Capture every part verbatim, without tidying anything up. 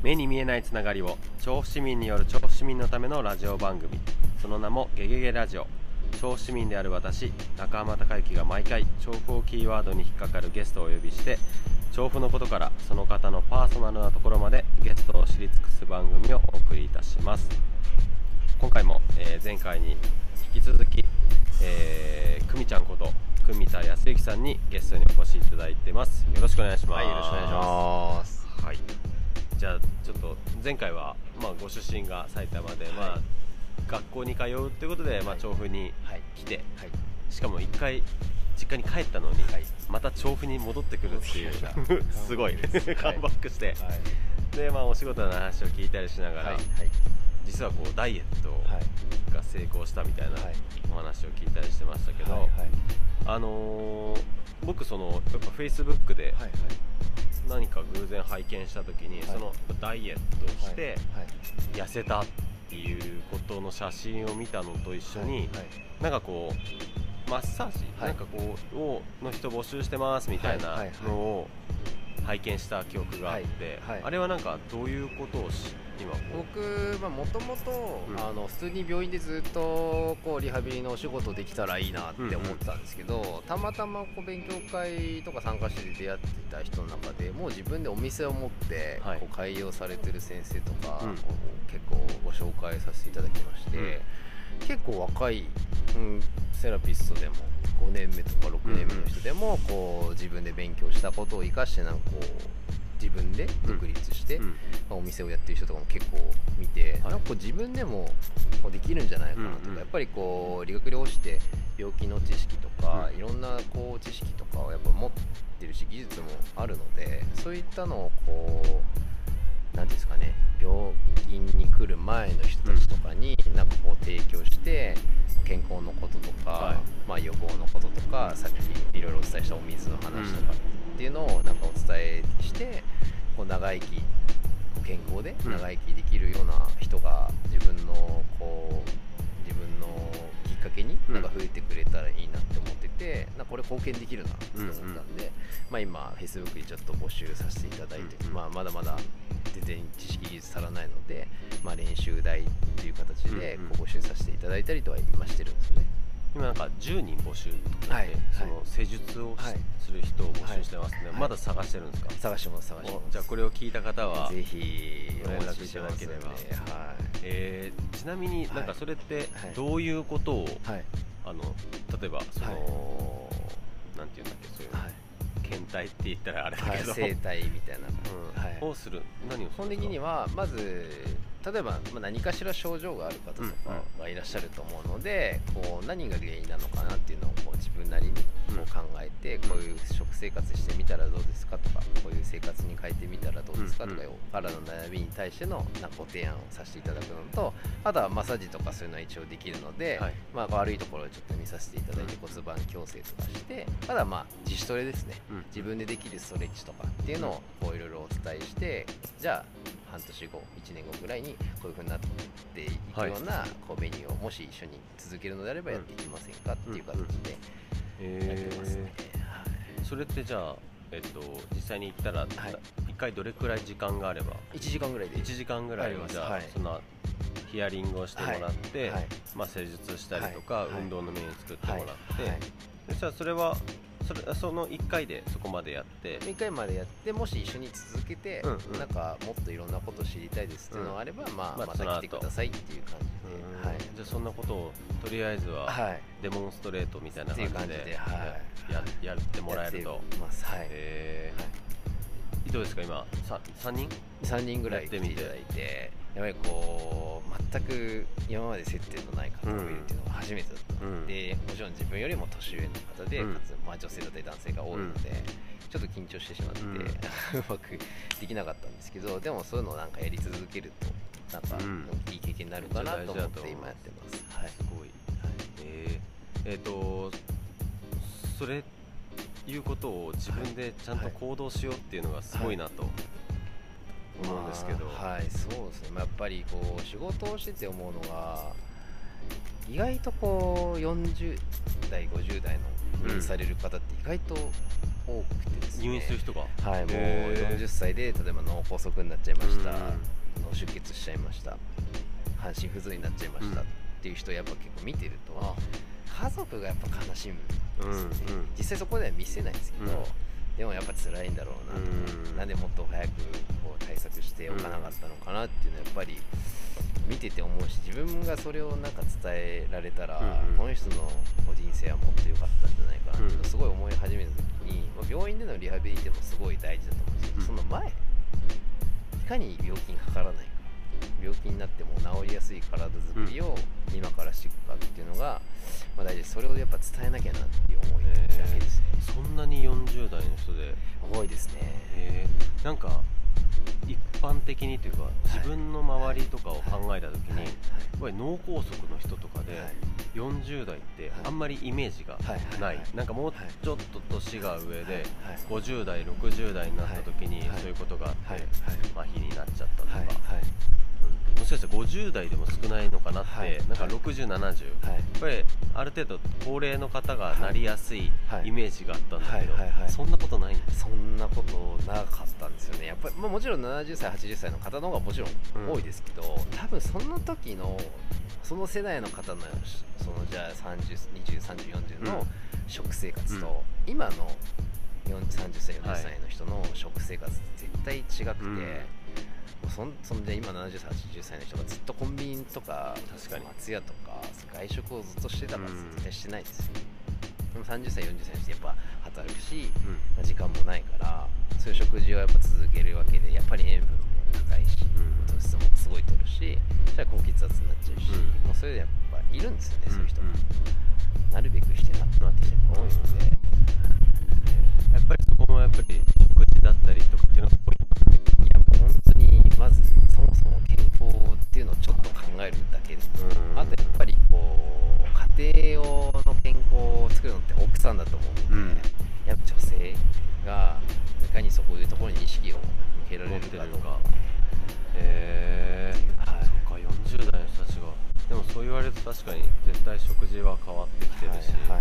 目に見えないつながりを調布市民による調布市民のためのラジオ番組、その名もゲゲゲラジオ。調布市民である私、中浜孝之が毎回調布をキーワードに引っかかるゲストをお呼びして、調布のことからその方のパーソナルなところまでゲストを知り尽くす番組をお送りいたします。今回も、えー、前回に引き続き、えー、久美ちゃんこと久美田康之さんにゲストにお越しいただいてます。よろしくお願いします。 はい、よろしくお願いします。 はい、じゃあちょっと前回は、まあ、ご出身が埼玉で、はい、まあ、学校に通うということで、まあ、調布に来て、はいはい、しかもいっかい実家に帰ったのに、はい、また調布に戻ってくるっていうすごいカムバックして、はい、で、まあ、お仕事の話を聞いたりしながら、はいはい、実はこうダイエットが成功したみたいなお話を聞いたりしてましたけど、はいはい、あのー、僕そのやっぱ Facebook で何か偶然拝見した時に、はい、そのダイエットをして痩せたっていうことの写真を見たのと一緒に、はいはい、なんかこうマッサージ、はい、なんかこうをの人募集してますみたいなのを拝見した記憶があって、はいはい、あれはなんかどういうことをし今僕もともと普通に病院でずっとこうリハビリのお仕事できたらいいなって思ってたんですけど、うんうん、たまたまこう勉強会とか参加して出会ってた人の中でもう自分でお店を持ってこう開業されてる先生とかを結構ご紹介させていただきまして、うん、結構若い、うん、セラピストでもごねんめとかろくねんめの人でもこう自分で勉強したことを生かしてなんかこう自分で独立して、うん、まあ、お店をやってる人とかも結構見て、はい、なんかこう自分でもこうできるんじゃないかなとか、うんうん、やっぱりこう理学療法士って病気の知識とか、うん、いろんなこう知識とかをやっぱ持ってるし技術もあるので、そういったのをこうなんですかね、病院に来る前の人たちとかになんかこう提供して健康のこととか、はい、まあ、予防のこととか、さっきいろいろお伝えしたお水の話とかっていうのをなんかお伝えしてこう長生き健康で長生きできるような人が自分のこう自分のきっかけになんか増えてくれたらいいなって思ってて、なんかこれ貢献できるなって思ったんで、まあ、今 Facebook にちょっと募集させていただいて、まあ、まだまだ全然知識技術足らないので、まあ、練習台という形でこう募集させていただいたりとは今してるんですね。 今なんかじゅうにん募集とかで、はい、その施術を、はい、する人を募集してますね、はい、まだ探してるんですか？ 探してます探してます。 じゃあこれを聞いた方はぜひご連絡いただければ、はい、えー、ちなみになんかそれってどういうことを、はい、あの例えばその、はい、なんていうんだっけ、そういう、はい、検体って言ったらあれだけど、 はい、生体みたいな、 うん、はい、をする、何をするんですか？ 基本的にはまず例えば何かしら症状がある方とかがいらっしゃると思うので、うんうん、こう何が原因なのかなっていうのをこう自分なりにこう考えて、うん、こういう食生活してみたらどうですかとか、こういう生活に変えてみたらどうですかとか、うんうん、体の悩みに対してのなんかご提案をさせていただくのと、あとはマッサージとかそういうのは一応できるので、はい、まあ、悪いところをちょっと見させていただいて骨盤矯正とかして、あとはまあ自主トレですね、うん、自分でできるストレッチとかっていうのをこういろいろお伝えして、じゃあ半年後いちねんごぐらいにこういう風になっていくようなこうメニューをもし一緒に続けるのであればやっていきませんかっていう形でやってますね。 それってじゃあ、えっと、実際に行ったら、はい、いっかいどれくらい時間があれば？ いちじかんぐらいで。 いちじかんぐらいはじゃあ、はい、そんなヒアリングをしてもらって、はい、まあ、施術したりとか、はい、運動のメニュー作ってもらって、はいはい、でじゃあそれはそれそのいっかいでそこまでやっていっかいまでやって、もし一緒に続けて、うんうん、なんかもっといろんなことを知りたいですっていうのがあれば、うん、まあ、まあ、また来てくださいっていう感じで、はい、 じゃあそんなことをとりあえずはデモンストレートみたいな感じで、はい、や, やってもらえると。 ます、はい、 えーはい、どうですか今 さ, さんにんさんにんぐらい来ていただいて、やっぱりこう全く今まで接点のない方がいるっていうのが初めてだったので、うん、もちろん自分よりも年上の方で、うん、かつ、まあ、女性だったり男性が多いので、うん、ちょっと緊張してしまって、うん、うまくできなかったんですけど、でもそういうのをなんかやり続けるとなんか、うん、いい経験になるかなと思って今やってます。はい、 すごい、はい、えー、えーとそれいうことを自分でちゃんと行動しようっていうのがすごいなと、はいはい、思うんですけど、 まあ、はい、そうですね、まあ、やっぱりこう仕事をしてて思うのが、意外とこうよんじゅうだいごじゅうだいの入院される方って意外と多くてですね、 入院する人が、 はい、もうよんじゅっさいで例えば脳梗塞になっちゃいました、脳出血しちゃいました、半身不随になっちゃいました、うん、っていう人やっぱ結構見てると家族がやっぱ悲しむんですよね、うんうん、実際そこでは見せないんですけど、うん、でもやっぱ辛いんだろうなとか、うん、なんでもっと早くこう対策しておかなかったのかなっていうのはやっぱり見てて思うし、自分がそれをなんか伝えられたら、うんうん、この人の人生はもっと良かったんじゃないかなってすごい思い始めた時に、まあ、病院でのリハビリでもすごい大事だと思うんですけど、うん、その前いかに病気にかからないか、病気になっても治りやすい体作りを今からしていくかっていうのが、まあ、大事です。それをやっぱ伝えなきゃなっていう思いだけですね。 そんなによんじゅうだいの人で多いですね。 えー、なんか一般的にというか自分の周りとかを考えた時に、はいはい、やっぱり脳梗塞の人とかでよんじゅうだいってあんまりイメージがない、なんかもうちょっと年が上でごじゅうだいろくじゅうだいになった時にそういうことがあって麻痺になっちゃったとか、もしかしたらごじゅうだいでも少ないのかなって、はい、なんかろくじゅう、ななじゅう、はい、やっぱりある程度高齢の方がなりやすいイメージがあったんだけど、そんなことないんです。 そんなことなかったんですよね。やっぱり、まあ、もちろんななじゅっさいはちじゅっさいの方の方がもちろん多いですけど、うん、多分その時のその世代の方のそのじゃあさんじゅう、にじゅう、さんじゅう、よんじゅうの食生活と、うん、今のさんじゅっさいよんじゅっさいの人の食生活絶対違くて、うんそんそんで今ななじゅっさいはちじゅっさいの人がずっとコンビニとか確かに松屋とか外食をずっとしてたら絶対してないですよ、うん、でもさんじゅっさいよんじゅっさいの人やっぱ働くし、うんまあ、時間もないからそういう食事をやっぱ続けるわけで、やっぱり塩分も高いし、うん、糖質もすごい取るし、そしたら高血圧になっちゃうし、うん、もうそれでやっぱいるんですよね、うん、そういう人が、うん、なるべくしてなってなってきて多いので、 やっぱりそこもやっぱり食事だったりとかっていうのが多い。 いやもう本当にまずそもそも健康っていうのをちょっと考えるだけです。あとやっぱりこう家庭用の健康を作るのって奥さんだと思うので、うん、やっぱ女性がいかにそういうところに意識を向けられるかとか。 へえー、はい、そっかよんじゅうだいの人たちがでもそう言われると確かに絶対食事は変わってきてるし、はいはいはい、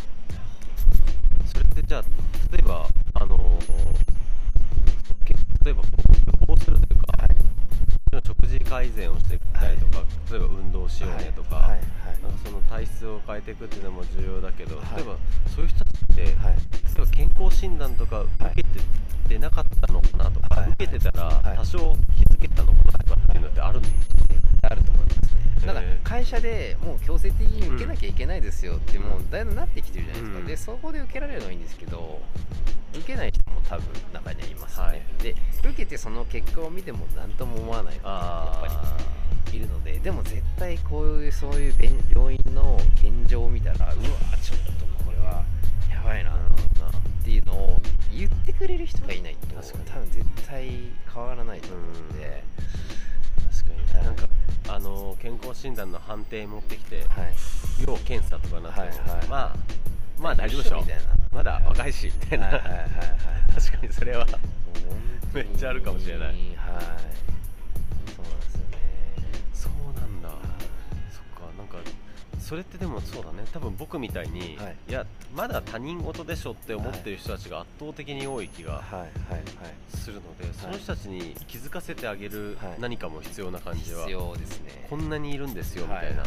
それってじゃあ例えばあのー例えばこう予防するというか、はい、食事改善をしていったりとか、はい、例えば運動しようねとか、はいはい、なんかその体質を変えていくっていうのも重要だけど、はい、例えばそういう人たちって、はい、例えば健康診断とか受けててなかったのかなとか、はい、受けてたら多少気づけたのかなとかっていうのってあるんですか？ あると思いますね。なんか会社でもう強制的に受けなきゃいけないですよってもうだいぶなってきてるじゃないですか、うん、でそこで受けられるのはいいんですけど、受けない人も多分中にはいますね、はい、で受けてその結果を見ても何とも思わない方がやっぱりいるので、でも絶対こういうそういう病院の現状を見たらうわちょっとこれはやばいなっていうのを言ってくれる人がいないと多分絶対変わらないと思うので、 確かに、はい、なんかあの健康診断の判定持ってきて、はい、要検査とかなっても、はいはい、まあまあ大丈夫でしょみたいな、まだ若いしみたいな、はいはいはいはい、確かにそれはめっちゃあるかもしれない。はい、 そうなんですよね。 そうなんだ。そっか、なんかそれってでもそうだね。多分僕みたいに、はい、いやまだ他人事でしょって思ってる人たちが圧倒的に多い気がするので、その人たちに気づかせてあげる何かも必要な感じは、 必要ですね。 こんなにいるんですよみたいな。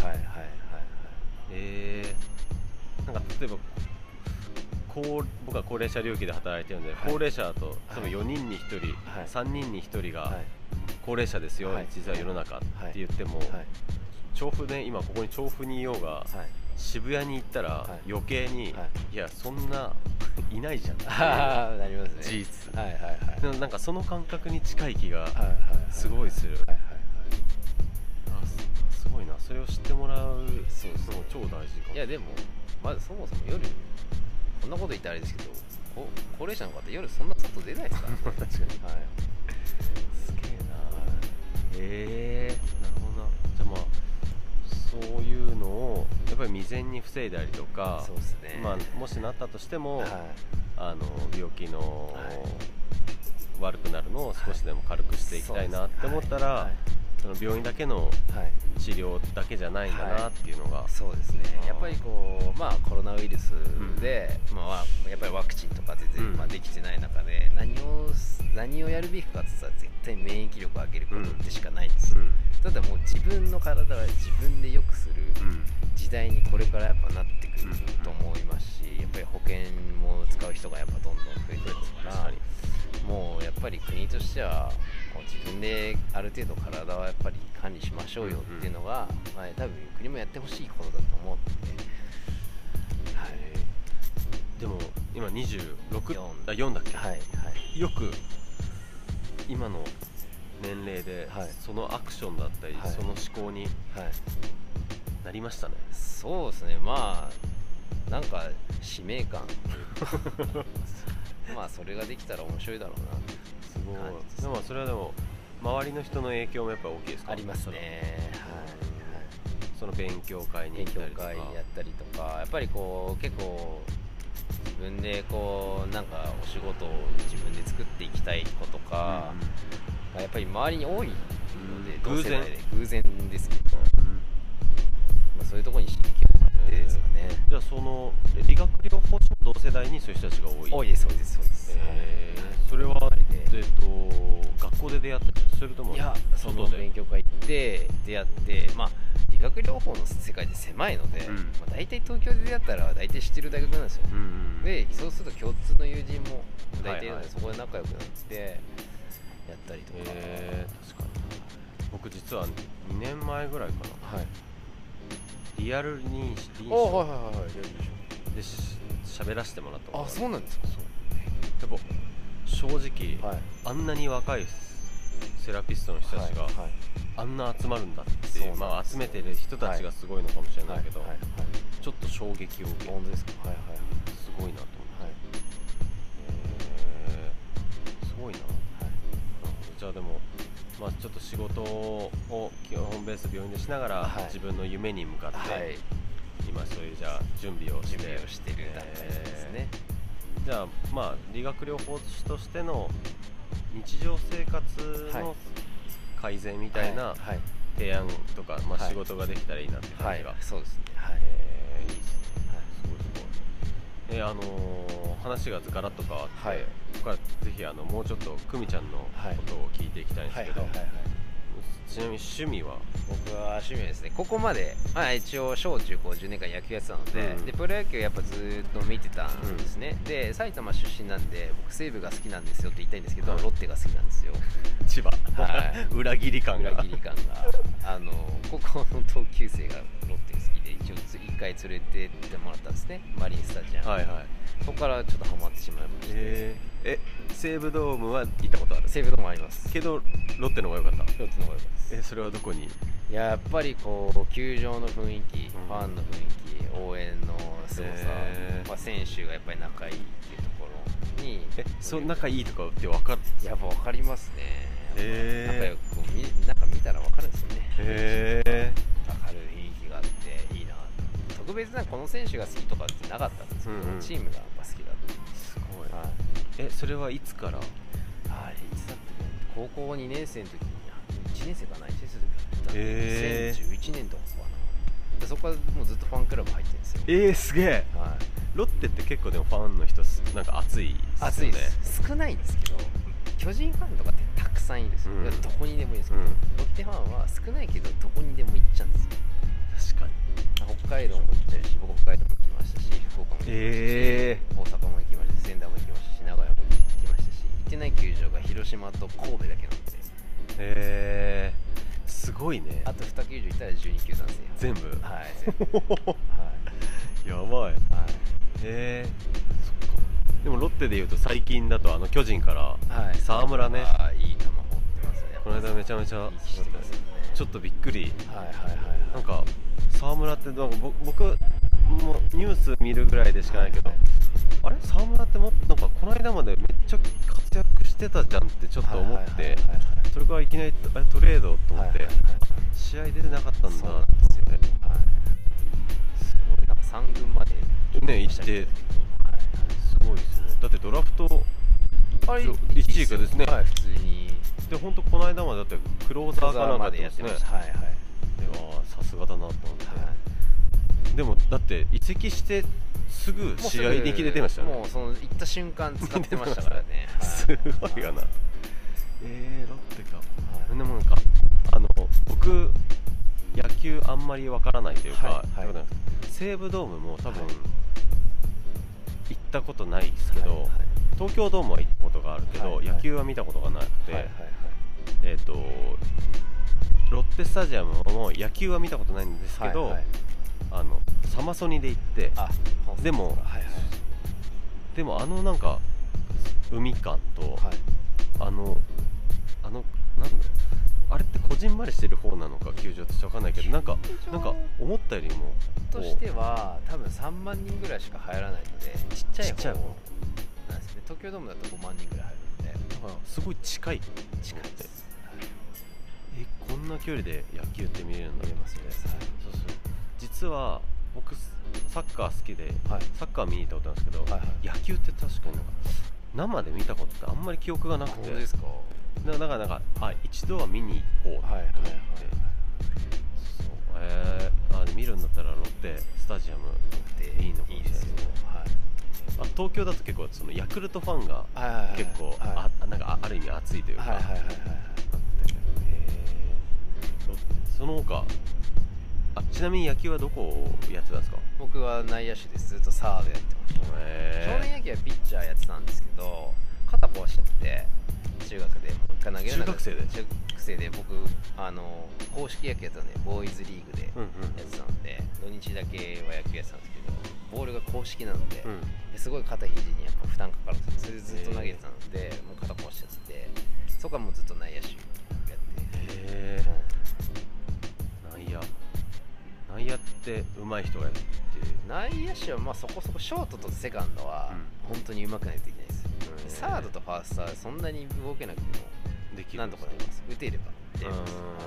えー、なんか例えば高僕は高齢者領域で働いてるので、はい、高齢者だと多分よにんにひとり、はい、さんにんにひとりが高齢者ですよ、はい、実は世の中って言っても、はいはい、調布で今ここに調布にいようが、はい、渋谷に行ったら余計に、はい、いやそんないないじゃんってなりますね、 事実、 はいはいはい、 でもなんかその感覚に近い気がすごいする。すごいな、それを知ってもらう、そうそう超大事かも。 いやでもまずそもそも夜こんなこと言ったらあれですけど、高齢者の方夜そんな外出ないですからね確かに、はい、すげえな。 えー、なるほどな。じゃあまあそういうのをやっぱり未然に防いだりとか、 そうですね、 まあ、もしなったとしても、はい、あの病気の、はい、悪くなるのを少しでも軽くしていきたいなって思ったら、はいはい、 その病院だけの治療だけじゃないんだなっていうのが、はい、 そうですね。やっぱりこう、まあ、コロナウイルスで、うん、まあ、やっぱりワクチンとか全然、まあ、できてない中で何を何をやるべきかって言ったら絶対免疫力を上げることってしかないんですよ、うん、ただもう自分の体は自分で良くする時代にこれからやっぱなってくると思いますし、やっぱり保険も使う人がやっぱどんどん増えてるからもうやっぱり国としては自分である程度体はやっぱり管理しましょうよっていうのが、うん、まあ、多分国もやってほしいことだと思うので、 はい、でも今にじゅうろく、よん、あよんだっけ、はいはい、よく今の年齢でそのアクションだったり、はい、その思考になりましたね、はい、 そうですね。まあなんか使命感まあそれができたら面白いだろうな。 すごい。でもそれはでも周りの人の影響もやっぱ大きいですか？ ありますね。はい、はい、 その勉強会に行ったりとか。 勉強会やったりとか、やっぱりこう結構自分でこうなんかお仕事を自分で作っていきたい子とか、うん、やっぱり周りに多いので、 うん、偶然で偶然ですけど、うん、まあ、そういうところに刺激をもらってですかね。 じゃあその理学療法士の同世代にそういう人たちが多い？ 多いです、そうです、そうです。 えー、それは、えっと学校で出会ったりそれともいやその勉強会行って出会って、まあ理学療法の世界って狭いので、うん、まあ、大体東京で出会ったら大体知ってる大学なんですよ、うんうん、でそうすると共通の友人も大体いるので、そこで仲良くなってやったりとか、 えー、確かに僕実はにねんまえぐらいかな、はい、リアル認証で喋らせてもらったことがある。 あ、そうなんですか。 そうやっぱ正直、はい、あんなに若いセラピストの人たちが、はいはい、あんな集まるんだっていう、まあ、集めてる人たちがすごいのかもしれないけど、はいはいはいはい、ちょっと衝撃を受けて、 本当ですか。はいはいはい、 すごいなと思って、はい、えー、すごいな、はい、じゃあでも、まあ、ちょっと仕事を基本ベース病院でしながら、はい、自分の夢に向かって、はい、今そういうじゃあ準備をして準備をしてる段階ですね、 えー、じゃあまあ理学療法士としての日常生活の改善みたいな提案とか、まあ、仕事ができたらいいなって感じが、 はいはい、そうですね、はい、 えー、いいですね、はい、すごいすごい、えー、あのー、話がガラッと変わって、はい、ここからぜひあのもうちょっと久美ちゃんのことを聞いていきたいんですけど、ちなみに趣味は？ 僕は趣味はですね、ここまで、まあ、一応小中高じゅうねんかん野球やってたので、うん、でプロ野球やっぱずっと見てたんですね、うん、で埼玉出身なんで僕西武が好きなんですよって言いたいんですけど、うん、ロッテが好きなんですよ。 千葉、はい、裏切り感が裏切り感があの高校の同級生がロッテ好きで一応一回連れてってもらったんですね、マリンスタジアム、はいはい、そこからちょっとハマってしまいまして、 えー、え西武ドームは行ったことある？ 西武ドームありますけどロッテの方が良かった？ ロッテの方が良かったです。 えそれはどこに？ いや、やっぱりこう球場の雰囲気、うん、ファンの雰囲気、応援のすごさ、えーまあ、選手がやっぱり仲いいっていうところに、 えその仲いいとかって分かる？ やっぱ分かりますね。 えー、なんかこうみなんか見たら分かるんですよね。 へえー、明るい雰囲気があっていいな。特別なこの選手が好きとかってなかったんですけど、うんうん、チームがやっぱ好きだった。 すごい、はい、えそれはいつから？ あれいつだって高校にねん生の時にいちねん生かな、いちねん生の時だったんで、 えー、 にせんじゅういちねんとかかな。でそこからもうずっとファンクラブ入ってるんですよ。 えー、すげえ、はい、ロッテって結構でもファンの人なんか熱いですよね。 熱いです。少ないんですけど巨人ファンとかってたくさんいるんですよ、うん、どこにでもいいんですけど、うん、ロッテファンは少ないけどどこにでも行っちゃうんですよ。 確かに北海道も行っちゃうし、僕北海道も行きましたし、福岡も行きましたし、えー、大阪も行きましたし、仙台も行きましたし、名古屋も行きましたし、行ってない球場が広島と神戸だけなんで。 へえー、すごいね。 あとに球場行ったらじゅうに球団ですよ。 全部？ はい、全部はい、 やばい、はい、へえー、そっか。でもロッテでいうと最近だとあの巨人から沢村ね、 はい、いい球持ってますね。 この間めちゃめちゃしてますよね。 ちょっとびっくり。 はいはいはい、はい、 なんか沢村ってなんか僕もニュース見るぐらいでしかないけど、はいはい、あれ沢村ってもっとなんかこの間までめっちゃ活躍してたじゃんってちょっと思って、それからいきなりあれトレードと思って、はいはいはいはい、試合出てなかったんだって。そうなんですよね、はい、 すごい。なんかさん軍までね行って、はいはい、すごいですね。だってドラフトあれいちいかですね。 はい、普通に。 で本当この間までだってクローザーかなんかやってますね。 はいはい。 ではさすがだなと思って、はい、でもだって移籍してすぐ試合できで出ましたね。 もうその行った瞬間使ってましたからね。 はい、すごいよな。えー、ロッテか、はい、でもなんかあの僕野球あんまりわからないというか、はいはい、西武ドームも多分、はい、行ったことないですけど、はいはい、東京ドームは行ったことがあるけど、はいはい、野球は見たことがなくて、はいはいはい、えっとロッテスタジアムも野球は見たことないんですけど、はいはい、あのサマソニで行って、あでも、はいはい、でもあのなんか海感と、はい、あのあのなんだあれってこじんまりしてる方なのか球場って分かんないけど、なんかなんか思ったよりもとしては多分さんまんにんぐらいしか入らないのでちっちゃい方なんですね。東京ドームだとごまんにんぐらい入るので、だからすごい近い近いです。 えこんな距離で野球って見れるんだ。 見れますね。はい、 そうそう実は僕サッカー好きで、はい、サッカー見に行ったことなんですけど、はいはい、野球って確かになんか生で見たことってあんまり記憶がなくて。 本当ですか。 だからなんかあ一度は見に行こうと思って、はいはいはい、そうえー、あで見るんだったらロッテスタジアムいいのかもしれないですね。はい、あ東京だと結構そのヤクルトファンが結構、はいはいはい、あなんかある意味熱いというか、はいはいはいはい、その他あちなみに野球はどこをやってたんですか。 僕は内野手でずっとサードやってました。少年野球はピッチャーやってたんですけど肩壊しちゃって中学でもう一回投げれなかった。 中学生で中学生で僕あの公式野球やってたんでボーイズリーグでやってたので、うんうん、土日だけは野球やってたんですけどボールが公式なので、うん、ですごい肩肘にやっぱ負担かかるんですよ。それでずっと投げてたのでもう肩壊しちゃってそこはもうずっと内野手やって。へー、うん、内野内野って上手い人がやって内野手はまあそこそこショートとセカンドは本当に上手くないといけないです、うん、サードとファーストはそんなに動けなくてもできるなんとかなります。打てれば打てれば。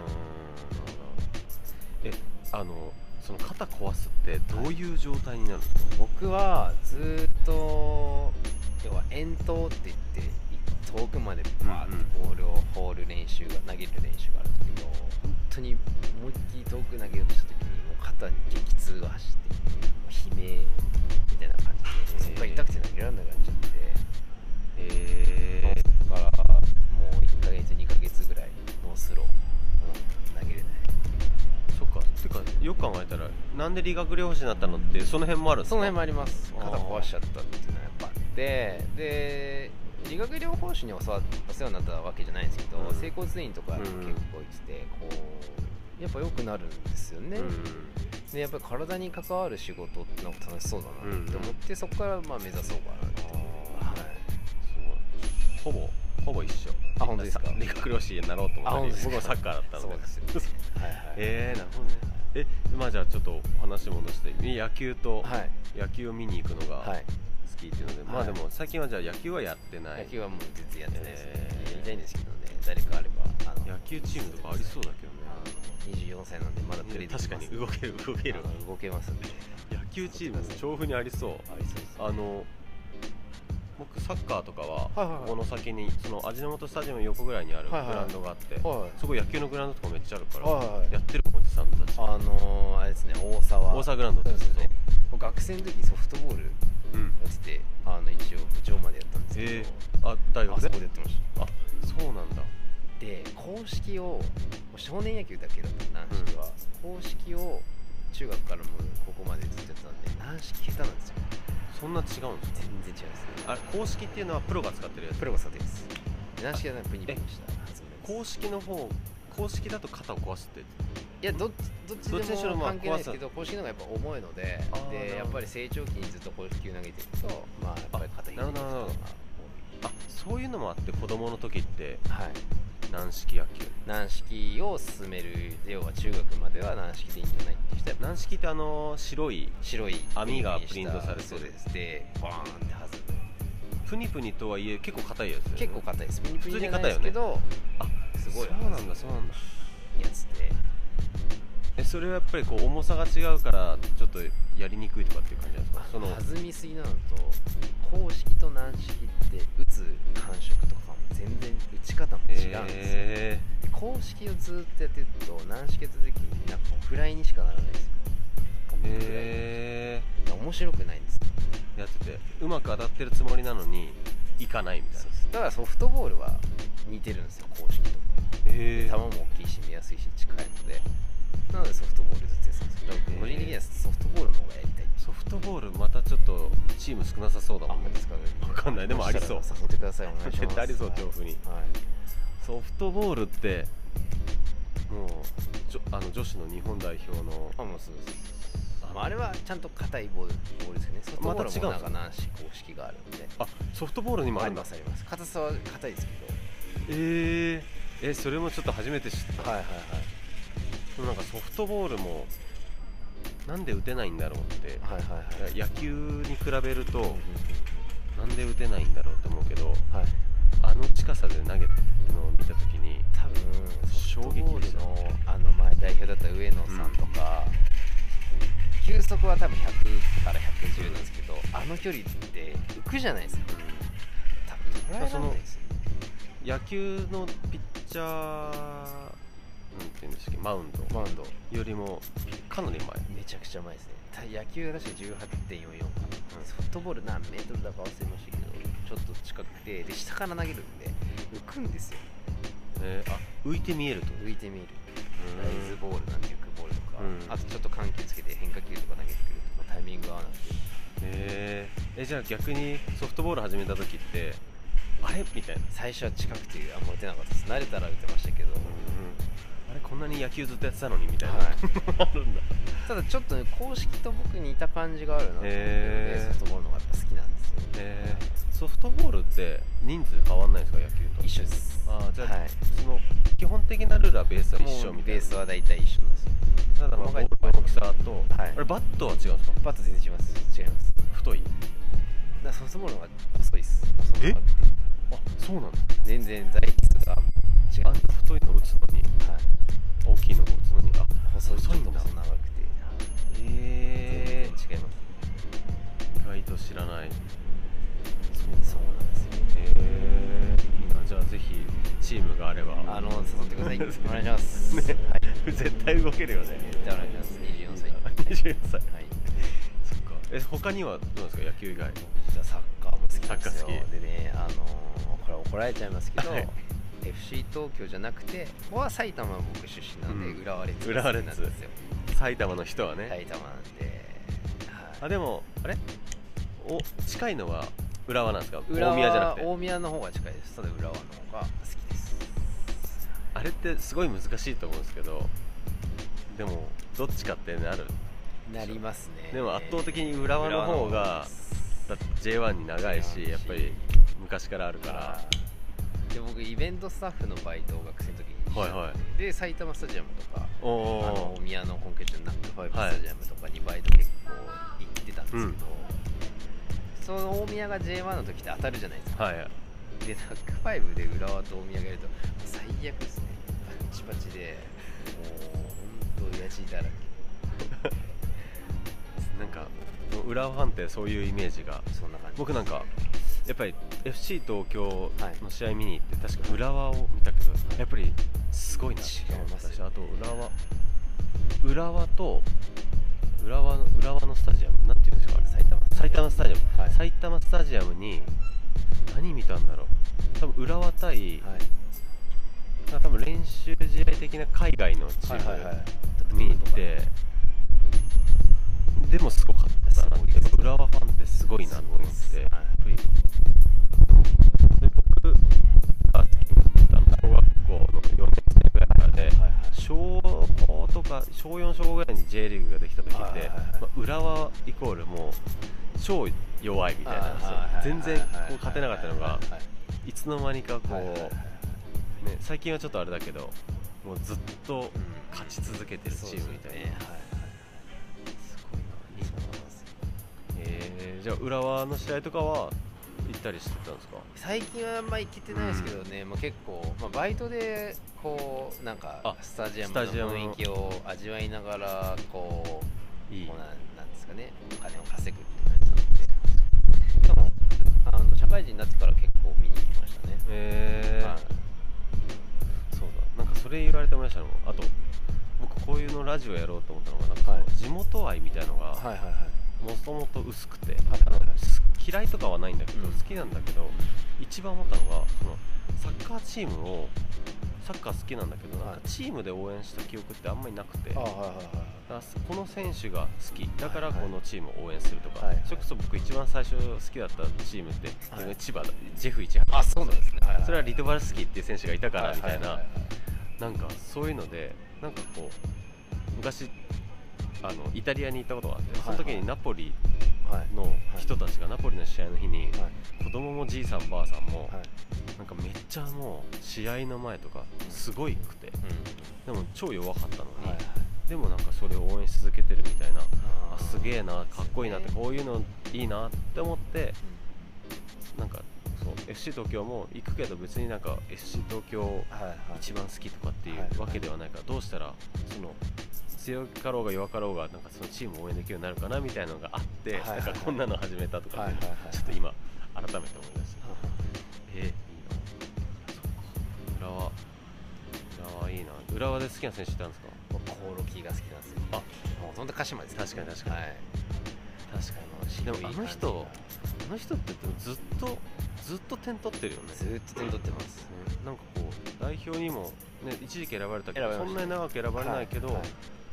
えあのその肩壊すってどういう状態になるんですか。はい、 僕はずっと要は遠投って言って遠くまでバーってボールを放る練習が投げる練習があるんですけど、本当に思いっきり遠く投げようとした時にもう肩に激痛が走って悲鳴みたいな感じでそこから痛くて投げられなくなっちゃって、えー、そこからもういっかげつにかげつぐらいノースロー、うん、投げれない。 そっかってかよく考えたらなんで理学療法士になったのってその辺もあるんですか。 その辺もあります。肩壊しちゃったっていうのはやっぱあってで理学療法士にお世話になったわけじゃないんですけど、うん、整骨院とか結構行ってこうやっぱ良くなるんですよね、うん、でやっぱり体に関わる仕事ってなんか楽しそうだなって思って、うん、そこからまあ目指そうかなって、はい、 すごいほぼほぼ一緒。 あ本当ですか。 理学療士になろうと思ったり僕もサッカーだったのでそうですよねはい、はい、 えーなるほどね。えまあじゃあちょっと話戻して野球と、はい、野球を見に行くのが、はい好きっていうので、はい、まあでも最近はじゃあ野球はやってない。 野球はもう全然やってないですね、えー、やりたいんですけどね誰かあればあの野球チームとかありそうだけどね。 にじゅうよんさいなんでまだプレーできます。 確かに動ける動ける動けますんで野球チーム調布にありそう。 ありそうです、ね、 あの僕サッカーとかはここの先にその味の素スタジアム横ぐらいにあるグラウンドがあって、はいはい、そこ野球のグラウンドとかめっちゃあるから、はいはい、やってるおじさんたち。 あのー、あれですね大沢大沢グラウンドですよね。 学生の時ソフトボールやってて、うん、あの一応部長までやったんですけど、えー、あ大学であそこでやってました。 あそうなんだ。 で公式を少年野球だけだった軟式は、うん、公式を中学からもここまでずっとやってたんで軟式下手なんですよ。 そんな違うんですか。 全然違いますね。 あれ公式っていうのはプロが使ってるやつ。 プロが使ってるやつ。軟式はプニプニした公式の方公式だと肩を壊すって。 いや ど, どっちでも関係ないですけど公式の方がやっぱ重いのででやっぱり成長期にずっと公式球投げてるとまあやっぱり肩ひじに負担が多い。 あそういうのもあって子供の時って、はい、軟式野球軟式を進める要は中学までは軟式でいいんじゃないって人は軟式ってあの白い白い網がプリントされてる。 そうですでバーンって弾むプニプニとはいえ結構硬いやつ、ね、 結構硬いです。プニプニじゃないですけど、ね、 あすごいそうなんだそうなんだやつでえそれはやっぱりこう重さが違うからちょっとやりにくいとかっていう感じなんですか。その弾みすぎなのと硬式と軟式って打つ感触とかも全然打ち方も違うんですよ、えー、硬式をずっとやってると軟式やった時になんかフライにしかならないんですよ。へえー、面白くないんです。 やっててうまく当たってるつもりなのにいかないみたいな。 だからソフトボールは似てるんですよ、硬式と。へー、球も大きいし見やすいし近いので、なのでソフトボールずつやってたんですよ。だから個人的にはソフトボールの方がやりたい。 ソフトボールまたちょっとチーム少なさそうだもんね。 ですかね、 分かんない。でもありそう。 誘ってください、お願いします。 絶対ありそう、調布に、はい、ソフトボールってもうじょあの女子の日本代表のあもうそうです。あ, あれはちゃんと硬いボール、ボールですよね。ソフトボールもなんか軟式公式があるんで。 あ、ソフトボールにもあるんだ。 ありますあります。硬さは硬いですけど。 えー、えそれもちょっと初めて知った。 はいはいはい。 でもなんかソフトボールもなんで打てないんだろうって、はいはいはい、野球に比べると、うんうんうん、なんで打てないんだろうって思うけど、はい、あの近さで投げてるのを見たときに多分衝撃でした。ソフトボールのあの前代表だった上野さんとか、うん、球速は多分ひゃくからひゃくじゅうなんですけど、あの距離って浮くじゃないですか、うん、多分捉えられないですよね。 野球のピッチャーなんていうんですか、マウンドマウンドよりもかなり前。 めちゃくちゃ前ですね。野球が確か じゅうはちてんよんよん かな、うん、ソフトボール何メートルだか忘れましたけどちょっと近くて、で下から投げるんで浮くんですよ、 えー、あ浮いて見えると。 浮いて見えるライズボールなんていうボールとか、うん、あとちょっと緩急つけて変化球とか投げてくるとタイミング合わなくて、 えー、えじゃあ逆にソフトボール始めた時ってあれみたいな。 最初は近くてあんま打てなかったです。慣れたら打てましたけど、うんうん、 あれこんなに野球ずっとやってたのにみたいな、はい、あるんだ。 ただちょっとね公式と僕に似た感じがあるなと思って、えー、ソフトボールの方がやっぱ好きなんですよ、 えー、ソフトボールって人数変わんないですか、野球と。 一緒です。 あじゃあ、はい、その基本的なルールはベースは一緒みたいな。 ベースは大体一緒なんですよ。 ただまあボールの大きさと、はい、あれバットは違うんですか。 バット全然違います。違います。 太い。 だソフトボールの方が細いです。 えあそうなんだ。 全然材質が違う。 あんな太いの打つのに、はい、大きいのを打つのにあ細いちょっと細長くて、 えー、 全然違います。 意外と知らない。 そうなんですよ。 えー、いいな。じゃあぜひチームがあればあの誘ってください。お願いします、 ね、はい、絶対動けるよね。 絶対お願いします。にじゅうよんさい。 にじゅうよんさい。 はい。 そっか。え他にはどうですか、野球以外。 じゃあサッカーも好きですよ。 サッカー好きでね、あのー、これ怒られちゃいますけど、はい、エフシー 東京じゃなくて、ここは埼玉僕出身なので、うん、浦和レッズが好きなんですよ。 埼玉の人はね。 埼玉なんで、 はい、あでもあれお近いのは浦和なんですか。 浦和大宮じゃなくて。 大宮の方が近いです。ただ浦和の方が好きです。 あれってすごい難しいと思うんですけど、でもどっちかってなる。 なりますね。 でも圧倒的に浦和の方がだって ジェイワン に長いし、やっぱり昔からあるから。 で僕イベントスタッフのバイトを学生の時に、はいはい、で埼玉スタジアムとかあの大宮の本拠地のナックファイブスタジアムとかにバイト結構行ってたんですけど、はい、その大宮が ジェイワン の時って当たるじゃないですか、はい、でナックファイブで浦和と大宮がいると最悪ですね。バチバチでもう本当親父だらけなんか浦和ファンってそういうイメージが。 そんな感じ。 僕なんかやっぱり エフシー 東京の試合見に行って確か浦和を見たけど、やっぱりすごいなって思ったし、あと浦和浦和と浦和の浦和のスタジアムなんていうんですか、 埼玉埼玉スタジアム、はい、埼玉スタジアムに何見たんだろう。多分浦和対、はい、多分練習試合的な海外のチーム見に行って、でもすごかったなって。浦和ファンってすごいなと思って、やっぱりで僕が好きな小学校のよねん生ぐらいからで、はいはい、小ごとか小よん小ごぐらいに J リーグができた時って、はいはいはい、まあ、浦和イコールもう超弱いみたいなんですよ。全然こう勝てなかったのがいつの間にかこう、ね、最近はちょっとあれだけどもうずっと勝ち続けてるチームみたいな、うん、すごいな。いいな。えー、じゃあ浦和の試合とかは行ったりしてたんですか。 最近はあんま行けてないですけどね、うん、まあ、結構、まあ、バイトでこうなんかスタジアムの雰囲気を味わいながらこういいこう な, なんですかね、お金を稼ぐって感じなので、でもラジオやろうと思ったのがなんかその地元愛みたいのがもともと薄くて、あの嫌いとかはないんだけど、うん、好きなんだけど、一番思ったのがそのサッカーチームをサッカー好きなんだけど、なんかチームで応援した記憶ってあんまりなくて、だからこの選手が好きだからこのチームを応援するとか、それこそ僕一番最初好きだったチームって、はい、千葉だジェフ一あそうなんですね、 それはリトバルスキーっていう選手がいたからみたいな、なんかそういうのでなんかこう昔あのイタリアに行ったことがあって、その時にナポリの人たちがナポリの試合の日に子供もじいさんばあさんもなんかめっちゃもう試合の前とかすごいくて、でも超弱かったのにでもなんかそれを応援し続けてるみたいな、あすげえなかっこいいなってこういうのいいなって思って、なんかそう エフシー 東京も行くけど別になんか エフシー 東京一番好きとかっていうわけではないから、どうしたらその強かろうが弱かろうがなんかそのチームを応援できるようになるかなみたいなのがあって、なんかこんなの始めたとかってちょっと今改めて思い出した。えー、いいな。浦和浦和いいな。浦和で好きな選手いたんですか？ コオロギが好きなんですよ。あ、もうほんと鹿島です。 確かに確かに、はい、確かに。でもあの人あの人ってでもずっとずっと点取ってるよね。 ずっと点取ってます、 うん、なんかこう代表にも、ね、一時期選ばれたけどそんなに長く選ばれないけど、はいはい、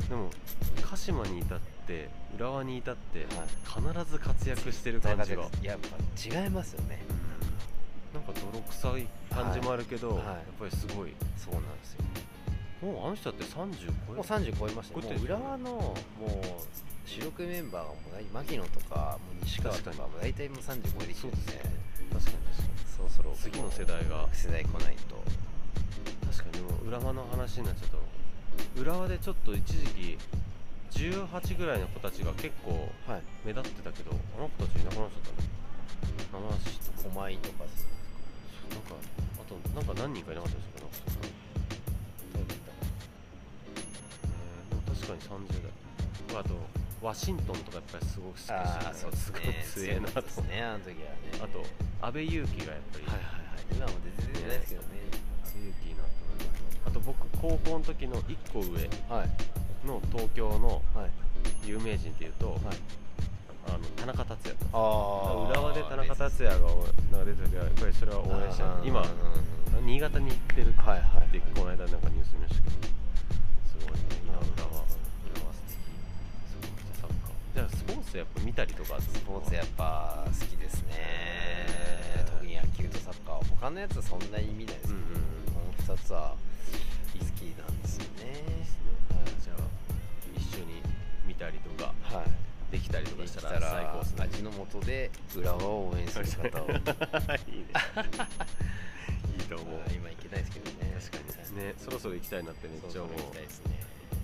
でも鹿島に至って浦和に至って、はい、必ず活躍してる感じがやっぱ違いますよね、 うん、なんか泥臭い感じもあるけど、はいはい、やっぱりすごいそうなんですよ。 もうあの人だってさんじゅう超えもうさんじゅう超えましたね。もう浦和のもう主力メンバーがもう牧野とかもう西川とかも大体もうさんじゅう超えてきてるんで、 確かに確かにそろそろ次の世代が世代来ないと。 確かにもう浦和の話になっちゃうと、浦和でちょっと一時期じゅうはちぐらいの子たちが結構目立ってたけど、はい、あの子たちいなくなっちゃったね。七橋とか狛江とかなんかあとなんか何人かいなかったですよね。確かにさんじゅう代。あとワシントンとかやっぱりすごく好きでしたね。 あそうですね、 すごい強いなとですね、あの時はね。 あと阿部勇樹がやっぱり、 はいはいはい、今も全然出てないですけどね。 阿部勇樹いいなと思います。あと僕高校の時のいっこ上の東京の有名人っていうと、はい、あの田中達也。あ浦和で田中達也が出てる時はやっぱりそれは応援したい。今新潟に行ってるって、はいはい、この間なんかニュース見ましたけど、すごいね。今浦和浦和素敵。そうじゃサッカー。じゃあスポーツやっぱ見たりとか。 スポーツやっぱ好きですね。特に野球とサッカー。他のやつはそんなに見ないですけど、このふたつは好きなんですよね。 はい、じゃあ一緒に見たりとか、はい、できたりとかしたら最高ですね。 味の素で浦和を応援する方を。いいね。 いいと思う。 今行けないですけどね。 確かにね、そろそろ行きたいなってめっちゃ思う。 行きたいですね。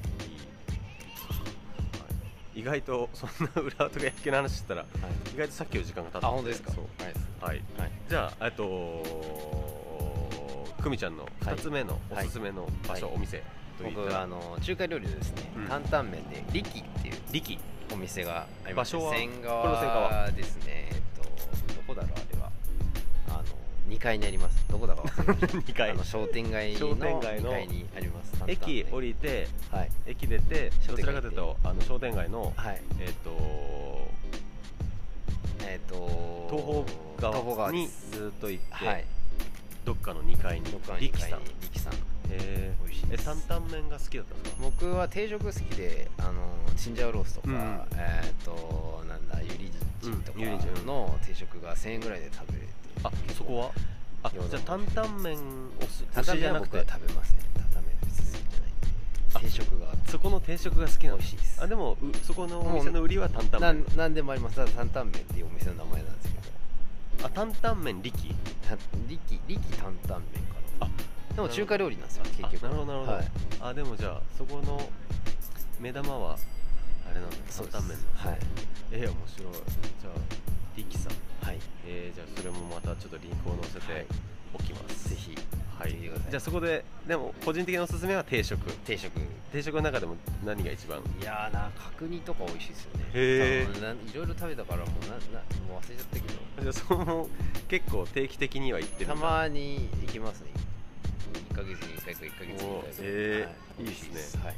意外とそんな浦和とか野球の話してたら、はい、意外とさっきの時間が経って。 あ、本当ですか。そうはい、はい、じゃあえっと久美ちゃんのふたつめのおすすめの場所、はい、お店といったら、 僕はあの中華料理でですね、うん、担々麺で力っていう力お店があります。 場所は仙川ですね。えっとどこだろうあれは、あのにかいにあります。どこだか忘れました。にかいあの商店街のにかいにあります。 駅降りて、はい、駅出てどちらかというとあの商店街の、はい、えっ、ー、とえっ、ー、と東方側にずっと行って、はい、どっかのにかいに力さん。 力さん。 えー、美味しいです。え担々麺が好きだったんですか？ 僕は定食好きで、あのチンジャオロースとか、うん、えっ、ー、となんだユリジンとかの定食がせんえんぐらいで食べれて。 あ、そこはあ、じゃあ担々麺おす担々麺は僕は食べますね。担々麺別に好きじゃないんで。定食がそこの定食が好きなの。 美味しいです。 あ、でもそこのお店の売りは担々麺。 なんでもあります。ただ担々麺っていうお店の名前なんですけど。 あ、担々麺力力力担々麺かな。あ、でも中華料理なんですよ結局。 なるほどなるほど、はい、あ、でもじゃあそこの目玉はあれなんだ、担々麺の。はい。えー、面白い。じゃあ力さん。はい、えー、じゃあそれもまたちょっとリンクを載せておきます、 はい、ぜひ、 はい、じゃあそこででも個人的なおすすめは定食定食定食の中でも何が一番？ いやーな、角煮とか美味しいですよね。 へえ。 いろいろ食べたからもうななもう忘れちゃったけど、 じゃあそこも結構定期的には行ってるんだ。 たまに行きますね。いっかげつにいっかいかいっかげつにいっかいか。 えー、はい、いいですね。はい。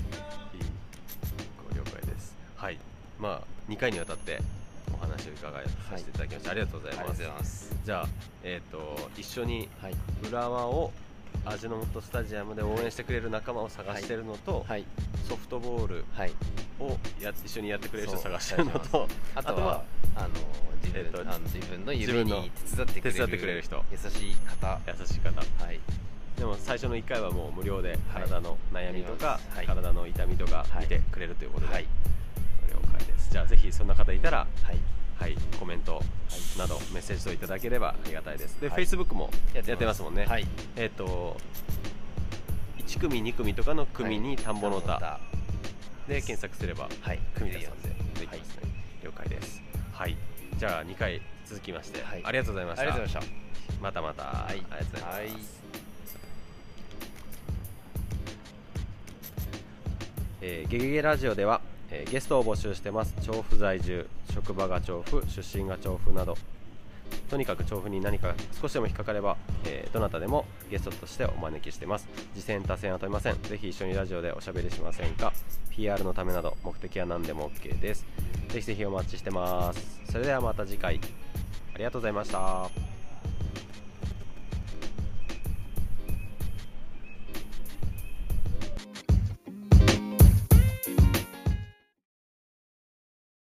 ご了解です。はい、まあにかいにわたってお話を伺いさせていただきました、はい、ありがとうございます。 ありがとうございます。 じゃあ、えー、と一緒に浦和を味の素スタジアムで応援してくれる仲間を探してるのと、はい、ソフトボールをや一緒にやってくれる人を探してるのと、 あとはあの自分、えー、とあの自分の夢に手伝ってくれる、 手伝ってくれる人、 優しい方優しい方、はい、でも最初のいっかいはもう無料で体の悩みとか、はい、体の痛みとか見てくれるということで、はい、了解です。じゃあぜひそんな方いたら、はいはい、コメントなどメッセージといただければありがたいです。で、はい、Facebook もやってますもんね。はい、えっ、ー、といち組に組とかの組に田んぼの歌で検索すれば、はい、組田さんでできますね。はい、了解です。はい、じゃあにかい続きまして、はい、ありがとうございました。 ありがとうございました。 またまた、はい、ありがとうございます。はい、えー、ゲゲゲラジオではえー、ゲストを募集してます。調布在住、職場が調布、出身が調布など、とにかく調布に何か少しでも引っかかれば、えー、どなたでもゲストとしてお招きしてます。次戦他戦は問いません。ぜひ一緒にラジオでおしゃべりしませんか。 ピーアール のためなど目的は何でも OK です。ぜひぜひお待ちしてます。それではまた次回、ありがとうございました。